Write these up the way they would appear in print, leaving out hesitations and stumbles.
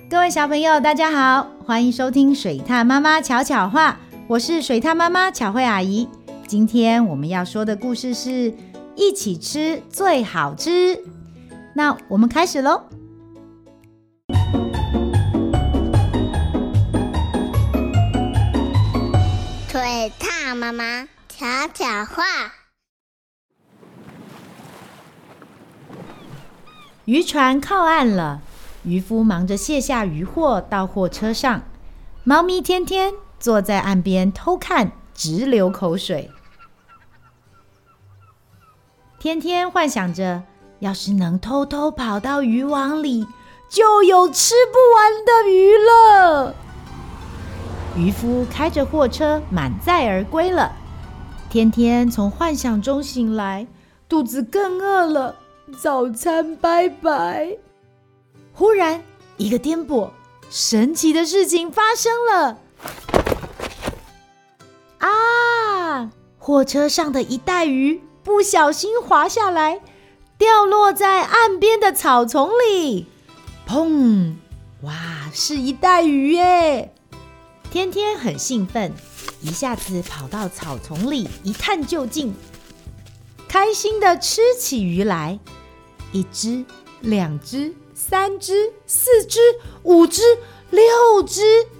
各位小朋友大家好，欢迎收听水獭妈妈巧巧话，我是水獭妈妈巧慧阿姨。今天我们要说的故事是一起吃最好吃。那我们开始咯。 水獭妈妈巧巧话。 渔船靠岸了，渔夫忙着卸下渔获到货车上，猫咪天天坐在岸边偷看，直流口水。天天幻想着，要是能偷偷跑到渔网里，就有吃不完的鱼了。渔夫开着货车满载而归了，天天从幻想中醒来，肚子更饿了，早餐拜拜。忽然一个颠簸，神奇的事情发生了。啊！货车上的一袋鱼不小心滑下来，掉落在岸边的草丛里。砰！哇，是一袋鱼耶！天天很兴奋，一下子跑到草丛里一探究竟，开心地吃起鱼来。1只、2只、3只、4只、5只、6只，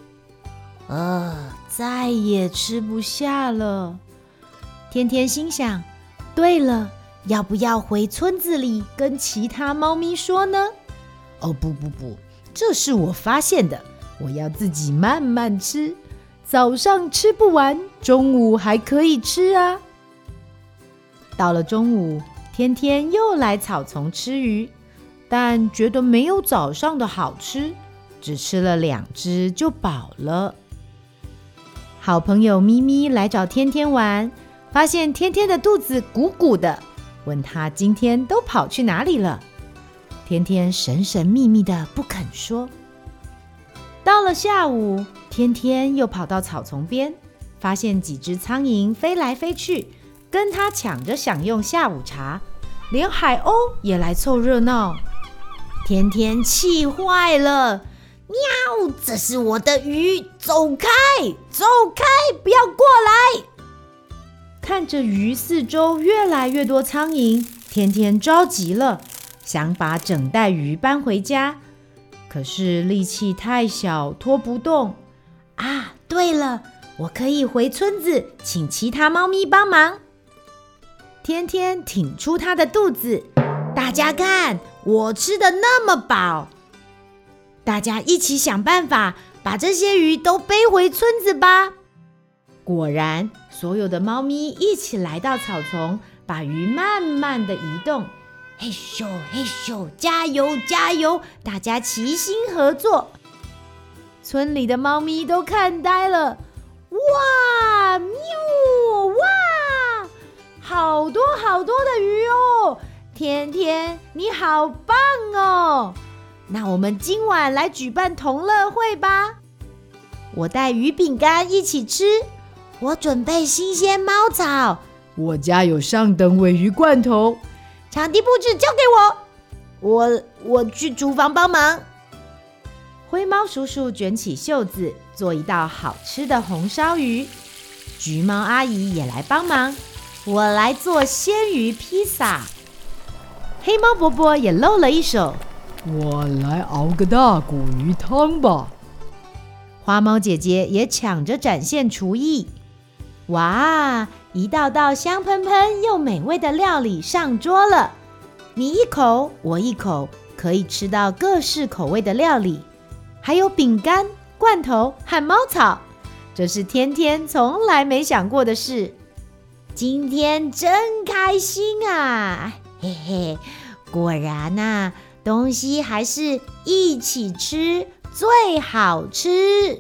再也吃不下了。天天心想，对了，要不要回村子里跟其他猫咪说呢？不，这是我发现的，我要自己慢慢吃，早上吃不完，中午还可以吃啊。到了中午，天天又来草丛吃鱼，但觉得没有早上的好吃，只吃了2只就饱了。好朋友咪咪来找天天玩，发现天天的肚子鼓鼓的，问他今天都跑去哪里了。天天神神秘秘的不肯说。到了下午，天天又跑到草丛边，发现几只苍蝇飞来飞去，跟他抢着享用下午茶，连海鸥也来凑热闹。天天气坏了，喵！这是我的鱼，走开，走开，不要过来！看着鱼四周越来越多苍蝇，天天着急了，想把整袋鱼搬回家，可是力气太小，拖不动。对了，我可以回村子，请其他猫咪帮忙。天天挺出他的肚子，大家看，我吃得那么饱。大家一起想办法，把这些鱼都背回村子吧。果然，所有的猫咪一起来到草丛，把鱼慢慢的移动。嘿咻嘿咻，加油加油，大家齐心合作。村里的猫咪都看呆了，哇喵哇，好多好多的鱼哦！天天你好棒哦！那我们今晚来举办同乐会吧。我带鱼饼干一起吃，我准备新鲜猫草，我家有上等鲔鱼罐头。场地布置交给我，我去厨房帮忙。灰猫叔叔卷起袖子，做一道好吃的红烧鱼。橘猫阿姨也来帮忙，我来做鲜鱼披萨。黑猫伯伯也露了一手， 我来熬个大骨鱼汤吧。 花猫姐姐也抢着展现厨艺。哇，一道道香喷喷又美味的料理上桌了，你一口我一口，可以吃到各式口味的料理，还有饼干、罐头和猫草，这是天天从来没想过的事。今天真开心啊，嘿嘿，果然啊，东西还是一起吃最好吃。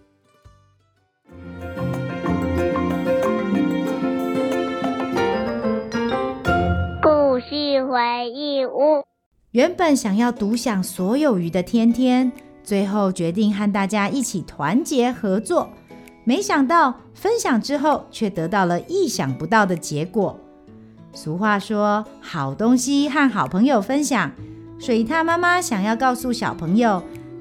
故事回忆屋。 原本想要独享所有鱼的天天，最后决定和大家一起团结合作，没想到分享之后却得到了意想不到的结果。俗话说，好东西和好朋友分享。水獭妈妈想要告诉小朋友，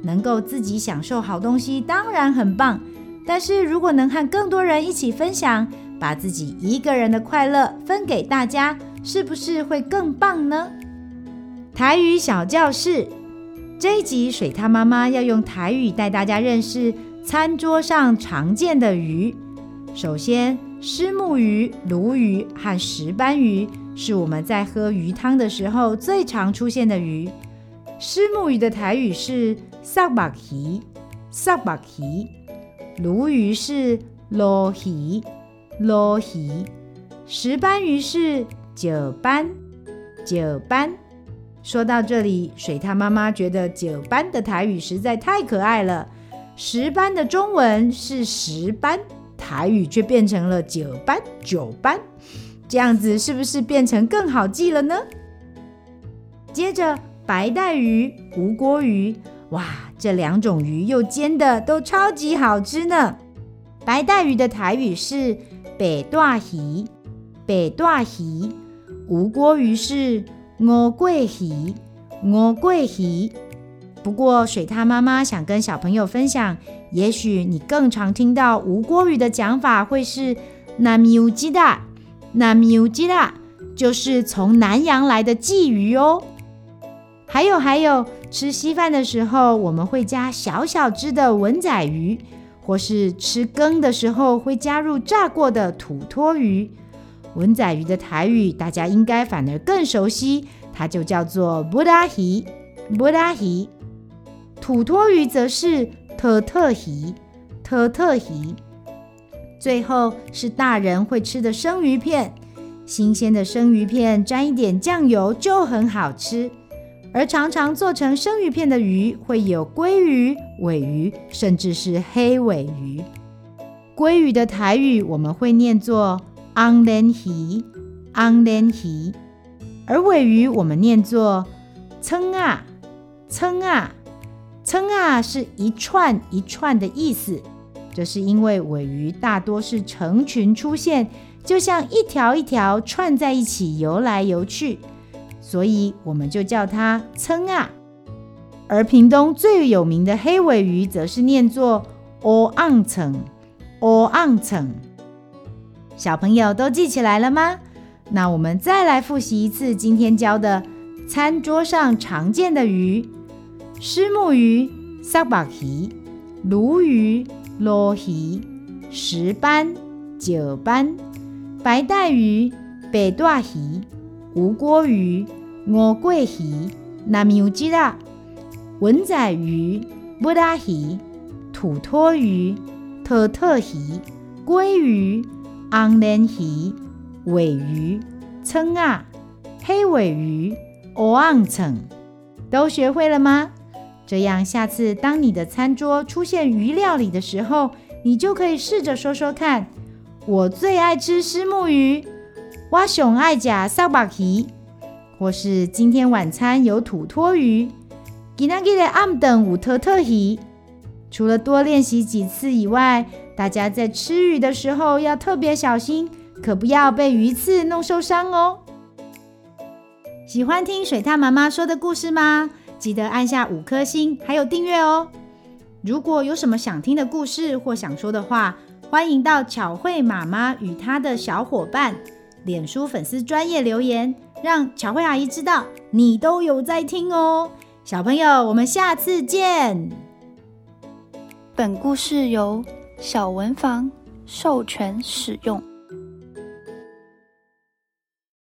能够自己享受好东西当然很棒，但是如果能和更多人一起分享，把自己一个人的快乐分给大家，是不是会更棒呢？台语小教室，这一集水獭妈妈要用台语带大家认识餐桌上常见的鱼。首先，虱目鱼、鲈鱼和石斑鱼是我们在喝鱼汤的时候最常出现的鱼。虱目鱼的台语是萨目鱼，萨目鱼；鲈鱼是鲈鱼，鲈鱼；石斑鱼是石斑，石斑。说到这里，水獭妈妈觉得石斑的台语实在太可爱了。石斑的中文是石斑，台语却变成了九斑，九斑，这样子是不是变成更好记了呢？接着白带鱼、无锅鱼，哇，这两种鱼又煎的都超级好吃呢。白带鱼的台语是白带鱼，白带鱼；无锅鱼是乌龟鱼，乌龟鱼。不过水獭妈妈想跟小朋友分享，也许你更常听到无锅鱼的讲法会是南苗吉拉，南苗吉拉就是从南洋来的鲫鱼哦。还有，吃稀饭的时候我们会加小小只的文仔鱼，或是吃羹的时候会加入炸过的土托鱼。文仔鱼的台语大家应该反而更熟悉，它就叫做布拉鱼，布拉鱼。土托鱼则是特特鱼，特特鱼。最后是大人会吃的生鱼片，新鲜的生鱼片沾一点酱油就很好吃。而常常做成生鱼片的鱼会有鲑鱼、鲔鱼，甚至是黑鲔鱼。鲑鱼的台语我们会念作昂莲鱼，昂莲鱼，而鲔鱼我们念作蛏啊，蛏啊，蛏啊是一串一串的意思，这是因为鲔鱼大多是成群出现，就像一条一条串在一起游来游去，所以我们就叫它蛏啊。而屏东最有名的黑鲔鱼则是念作乌昂蛏，乌昂蛏。小朋友都记起来了吗？那我们再来复习一次今天教的餐桌上常见的鱼：虱目鱼、萨目鱼、鲈鱼、鲈鱼、石斑、石斑、白带鱼、白带鱼、无锅鱼、乌龟鱼、南苗吉拉、文仔鱼、布拉鱼、土托鱼、特特鱼、鲑鱼、昂莲鱼、鲔鱼、蛏啊、黑鲔鱼、乌昂蛏，都学会了吗？这样下次当你的餐桌出现鱼料理的时候，你就可以试着说说看：我最爱吃虱目鱼，我最爱吃萨目鱼，或是今天晚餐有土托鱼，今天的暗顿有特特鱼。除了多练习几次以外，大家在吃鱼的时候要特别小心，可不要被鱼刺弄受伤哦。喜欢听水獭妈妈说的故事吗？记得按下5颗星，还有订阅哦。如果有什么想听的故事或想说的话，欢迎到巧慧妈妈与她的小伙伴脸书粉丝专页留言，让巧慧阿姨知道你都有在听哦。小朋友，我们下次见。 本故事由小文房授权使用。